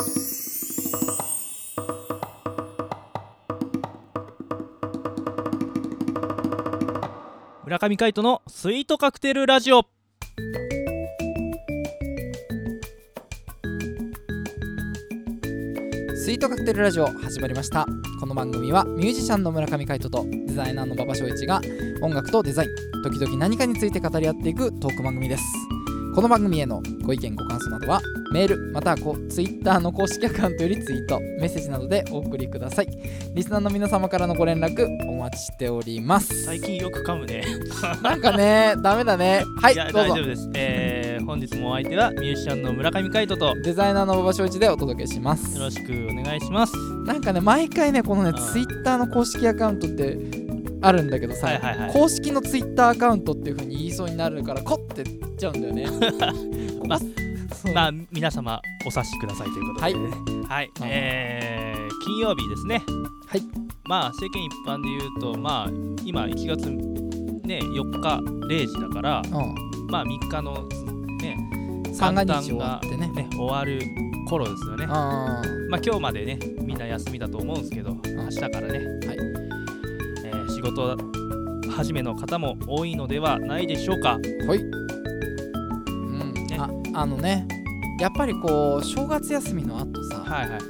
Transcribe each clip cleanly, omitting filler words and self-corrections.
村上海人のスイートカクテルラジオ。 スイートカクテルラジオ始まりました。この番組はミュージシャンの村上海人とデザイナーの馬場翔一が音楽とデザイン、時々何かについて語り合っていくトーク番組です。この番組へのご意見ご感想などはメールまたはツイッターの公式アカウントよりツイート、メッセージなどでお送りください。リスナーの皆様からのご連絡お待ちしております。 最近よく噛むねなんかね、ダメだね。はい、 いやどうぞ。 大丈夫です。本日もお相手はミュージシャンの村上海人とデザイナーの馬場翔一でお届けします。 よろしくお願いします。 なんかね、毎回ねこのねツイッターの公式アカウントってあるんだけどさ、公式のツイッターアカウントっていう風に言いそうになるからコッて言っちゃうんだよねまあ皆様お察しくださいということで、ね、はい、金曜日ですね。 はい。 まあ世間一般で言うとまあ今1月ね4日0時だから、まあ3日のね三が日終わってね終わる頃ですよね。まあ今日までねみんな休みだと思うんですけど、明日からね、はい、仕事始めの方も多いのではないでしょうか。 はい。ね、やっぱりこう正月休みの後さ、はいはい、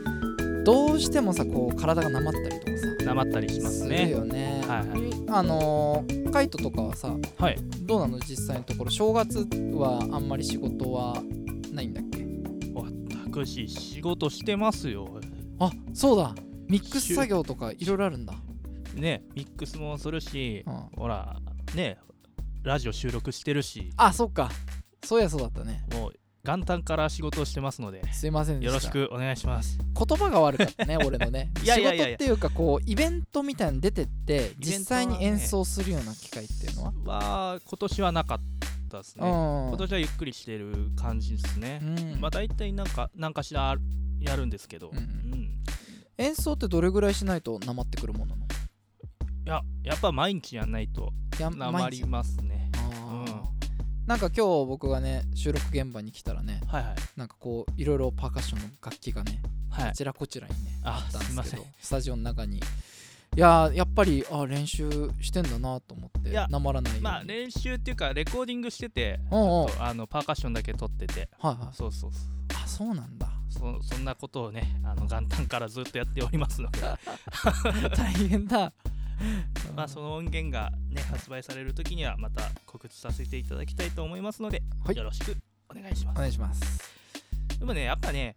どうしてもさこう体がなまったりとかさ、 なまったりしますね。 するよね。はいはい。カイトとかはさ、はい、どうなの実際のところ、正月はあんまり仕事はないんだっけ？ 私仕事してますよ。 あ、そうだ。ミックス作業とかいろいろあるんだ。 ね、ミックスもするし、ほらねラジオ収録してるし。 あ、そっか。そうやそうだったね。 もう元旦から仕事をしてますので、 すいませんでした。 よろしくお願いします。 言葉が悪かったね俺のね。仕事っていうかこうイベントみたいに出てって実際に演奏するような機会っていうのは今年はなかったですね。今年はゆっくりしてる感じですね。まあ大体なんかしらやるんですけど、 演奏ってどれぐらいしないとなまってくるものなの？ やっぱ毎日やんないとなまりますね。 なんか今日僕がね収録現場に来たらね、はいはい、なんかこういろいろパーカッションの楽器がね、はい、あちらこちらにね あったんですけど、スタジオの中にやっぱり練習してんだなと思って、なまらないように。 まあ練習っていうかレコーディングしてて、パーカッションだけ取ってて、はいはい、そうあ、そうなんだ。 そんなことをね元旦からずっとやっておりますので大変だ。 まあその音源がね発売される時にはまた告知させていただきたいと思いますので、はい、よろしくお願いします。 お願いします。 でもねやっぱね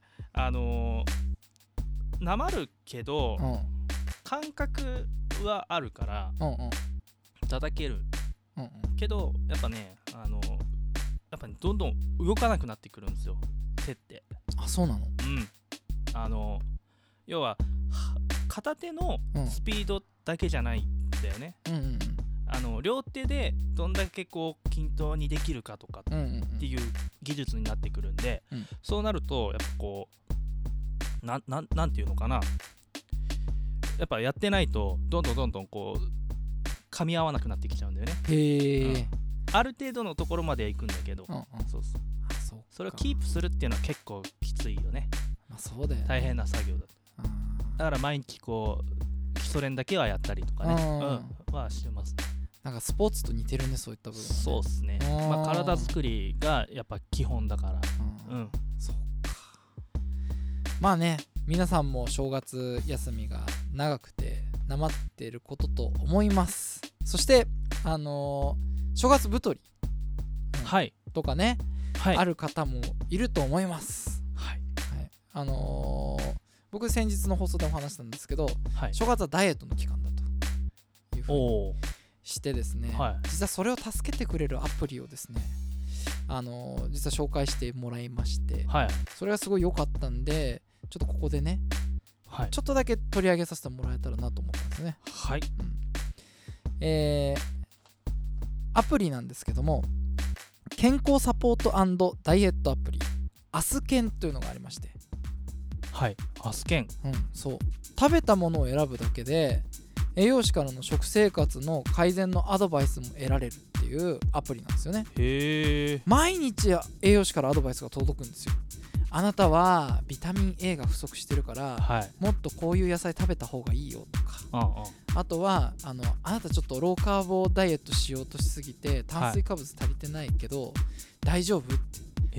なまるけど、感覚はあるから、叩ける、けどやっぱねどんどん動かなくなってくるんですよ手って。 あ、そうなの？ 要は片手のスピードだけじゃないんだよね。両手でどんだけこう均等にできるかとかっていう技術になってくるんで、そうなるとやっぱこうなんていうのかな、やっぱやってないとどんどんこう噛み合わなくなってきちゃうんだよね。 へえ。 ある程度のところまでは行くんだけど、それをキープするっていうのは結構きついよね。 まあそうだよね。 大変な作業だと。だから毎日こう基礎練だけはやったりとかね、はしてます。 なんかスポーツと似てるね、そういった部分はね。 そうですね。まあ体作りがやっぱ基本だから。 そうか。まあね、皆さんも正月休みが長くてなまっていることと思います。そして正月太り、とかね、ある方もいると思います。僕先日の放送でも話したんですけど、正月はダイエットの期間だというふうにしてですね、実はそれを助けてくれるアプリをですね実は紹介してもらいまして、それがすごい良かったんで、ちょっとここでね、ちょっとだけ取り上げさせてもらえたらなと思ったんですね。アプリなんですけども、健康サポート&ダイエットアプリアスケンというのがありまして、 アスケン、 そう食べたものを選ぶだけで栄養士からの食生活の改善のアドバイスも得られるっていいうアプリなんですよね。 へえ。 毎日栄養士からアドバイスが届くんですよ。あなたはビタミン A が不足してるから、 はい、 もっとこういう野菜食べた方がいいよとか、あとはあなたちょっとローカーボダイエットしようとしすぎて炭水化物足りてないけど、大丈夫って、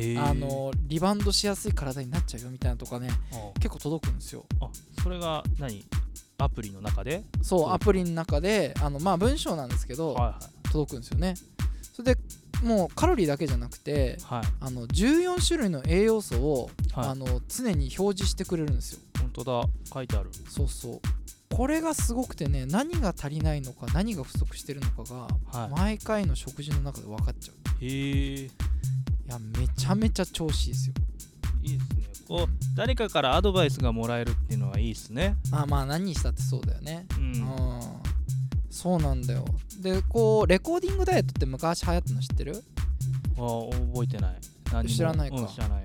リバウンドしやすい体になっちゃうよみたいなとかね、結構届くんですよ。 それがアプリの中で？ そう、アプリの中で文章なんですけど、届くんですよね。それでもうカロリーだけじゃなくて、14種類の栄養素を、常に表示してくれるんですよ。 本当だ、書いてある。 そうそう、これがすごくてね、何が足りないのか何が不足してるのかが、毎回の食事の中で分かっちゃう。 へえ。 いや、めちゃめちゃ調子いいですよ。 いいですね。誰かからアドバイスがもらえるっていうのはいいですね。 何にしたってそうだよね。そうなんだよ。でレコーディングダイエットって昔流行ったの知ってる？ 覚えてない。 知らないか。 知らない。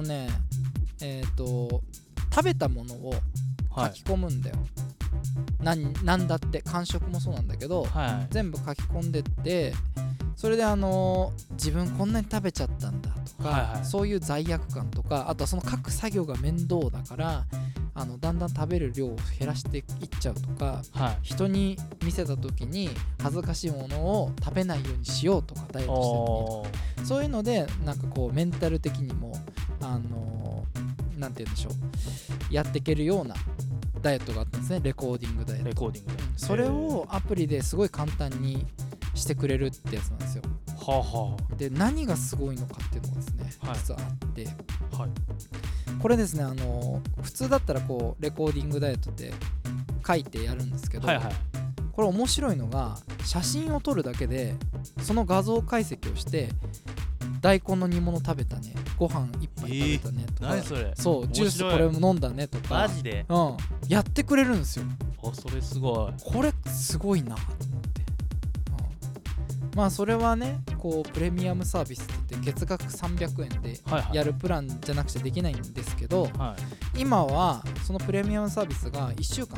食べたものを書き込むんだよ。なんだって、間食もそうなんだけど、全部書き込んでって、それで自分こんなに食べちゃったんだとか、そういう罪悪感とか、あとはその書く作業が面倒だからだんだん食べる量を減らしていっちゃうとか、人に見せた時に恥ずかしいものを食べないようにしようとか、ダイエットしてるとか、そういうのでなんかメンタル的にもなんて言うんでしょう、やっていけるようなダイエットがあったんですね。レコーディングダイエット。それをアプリですごい簡単にしてくれるってやつなんですよ。で、何がすごいのかっていうのがですね、実はあって、これですね、普通だったらレコーディングダイエットって書いてやるんですけど、これ面白いのが、写真を撮るだけでその画像解析をして、大根の煮物食べたね、ご飯一杯食べたねとか、 何それ、 そう、ジュースこれも飲んだねとか、 マジで、 やってくれるんですよ。 それすごい。 これすごいなと思って、それはね、プレミアムサービスって言って月額300円でやるプランじゃなくてできないんですけど、今はそのプレミアムサービスが1週間、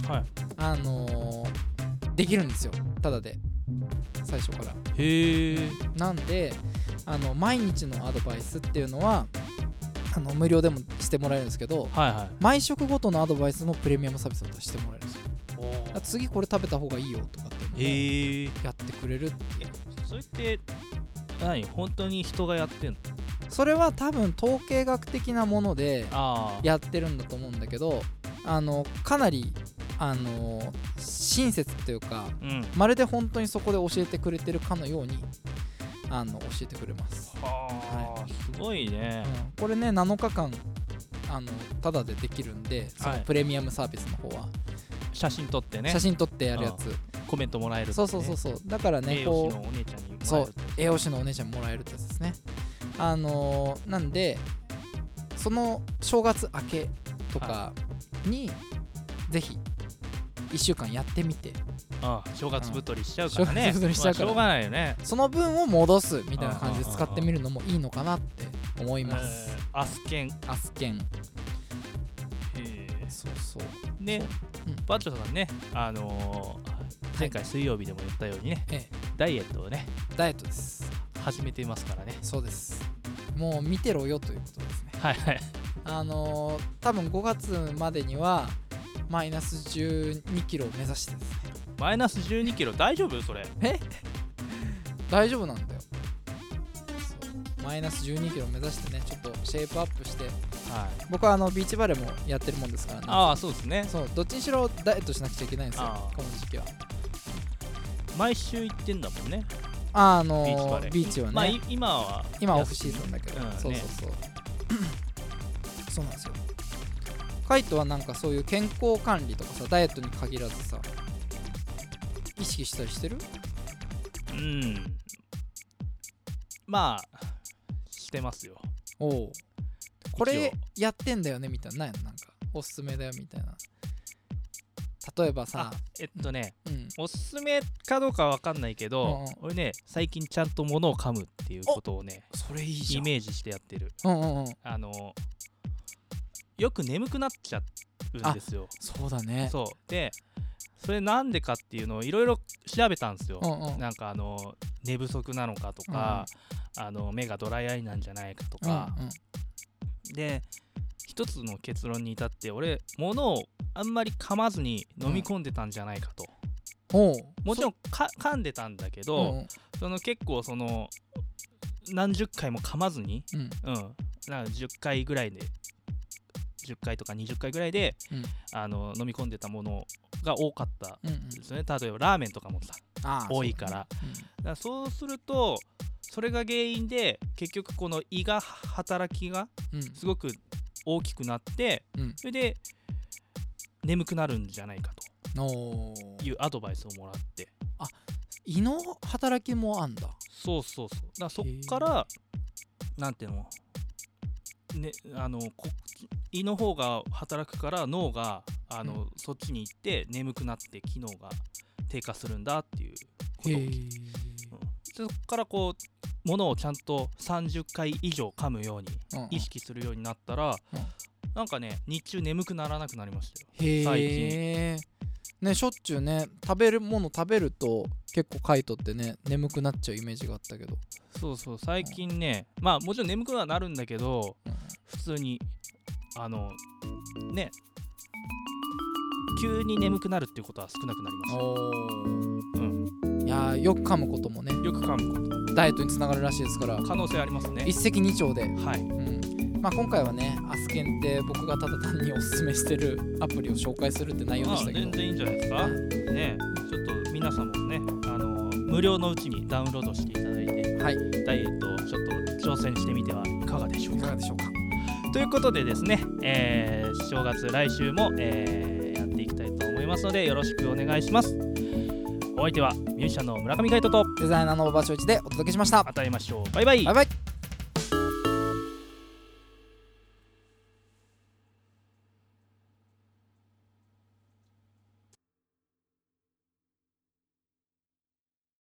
できるんですよ、ただで、最初から。なんで毎日のアドバイスっていうのは無料でもしてもらえるんですけど、毎食ごとのアドバイスもプレミアムサービスだったらしてもらえるんですよ。次これ食べた方がいいよとかっていうのをやってくれるっていう。 それって本当に人がやってんの？ それは多分統計学的なものでやってるんだと思うんだけど、かなり親切っていうか、まるで本当にそこで教えてくれてるかのように教えてくれます。 すごいね。 これね、7日間タダでできるんで、そのプレミアムサービスの方は写真撮ってね、 写真撮ってやるやつ、 コメントもらえる、 そうだからね、 栄養士のお姉ちゃんにもらえる、 そう、栄養士のお姉ちゃんにもらえるってやつですね。なんでその正月明けとかにぜひ1週間やってみて、 正月太りしちゃうからね、しょうがないよね。 その分を戻すみたいな感じで使ってみるのもいいのかなって思います。 アスケン。そうね、バッチョさんね、前回水曜日でも言ったようにね、ダイエットをね、 ダイエットです始めていますからね。 そうです、もう見てろよということですね。多分5月までにはマイナス12キロを目指してですね。 マイナス12キロ大丈夫？それ大丈夫なんだよ。マイナス12キロを目指してね、ちょっとシェイプアップして、僕はビーチバレーもやってるもんですからね。 そうですね。 そう、どっちにしろダイエットしなくちゃいけないんですよ、この時期は。 毎週行ってんだもんね、 ビーチはね。 今はオフシーズンだけど、そうそうなんですよ。カイトはなんかそういう健康管理とかさ、ダイエットに限らずさ、意識したりしてる？ してますよ。 これやってんだよねみたいな、なんかおすすめだよみたいな。例えばさ、おすすめかどうかは分かんないけど、俺ね、最近ちゃんと物を噛むっていうことをね、 それいいじゃん、 イメージしてやってる。よく眠くなっちゃうんですよ。 そうだね。 でそれなんでかっていうのをいろいろ調べたんですよ。なんか寝不足なのかとか、目がドライアイなんじゃないかとか、で一つの結論に至って俺物をあんまり噛まずに飲み込んでたんじゃないかと、もちろん噛んでたんだけど、その結構その何十回も噛まずに、なんか10回ぐらいで10回とか20回ぐらいで、飲み込んでたものが多かったですね。例えばラーメンとかもさ多いから、だからそうするとそれが原因で結局この胃が働きがすごく大きくなって、それで眠くなるんじゃないかというアドバイスをもらって、 胃の働きもあんだ。 そうだからそっからなんていうのね、胃の方が働くから脳がそっちに行って眠くなって機能が低下するんだっていうことを聞いて、そこからこう物をちゃんと30回以上噛むように意識するようになったら、なんかね日中眠くならなくなりましたよ最近ね。しょっちゅうね食べるもの食べると結構カイトってね眠くなっちゃうイメージがあったけど、 そう最近ね、まあもちろん眠くはなるんだけど、普通にね急に眠くなるっていうことは少なくなりました。 いやよく噛むこともね、 よく噛むことダイエットにつながるらしいですから、 可能性ありますね。 一石二鳥で、 はいまあ、今回はねアスケンって僕がただ単におすすめしてるアプリを紹介するって内容でしたけど、 全然いいんじゃないですか、ね。ちょっと皆さんもね無料のうちにダウンロードしていただいて、ダイエットをちょっと挑戦してみてはいかがでしょうか。ということでですね、正月来週も、やっていきたいと思いますのでよろしくお願いします。お相手はミュージシャンの村上海人とデザイナーの馬場翔一でお届けしました。 また会いましょう。バイバイ。 バイバイ。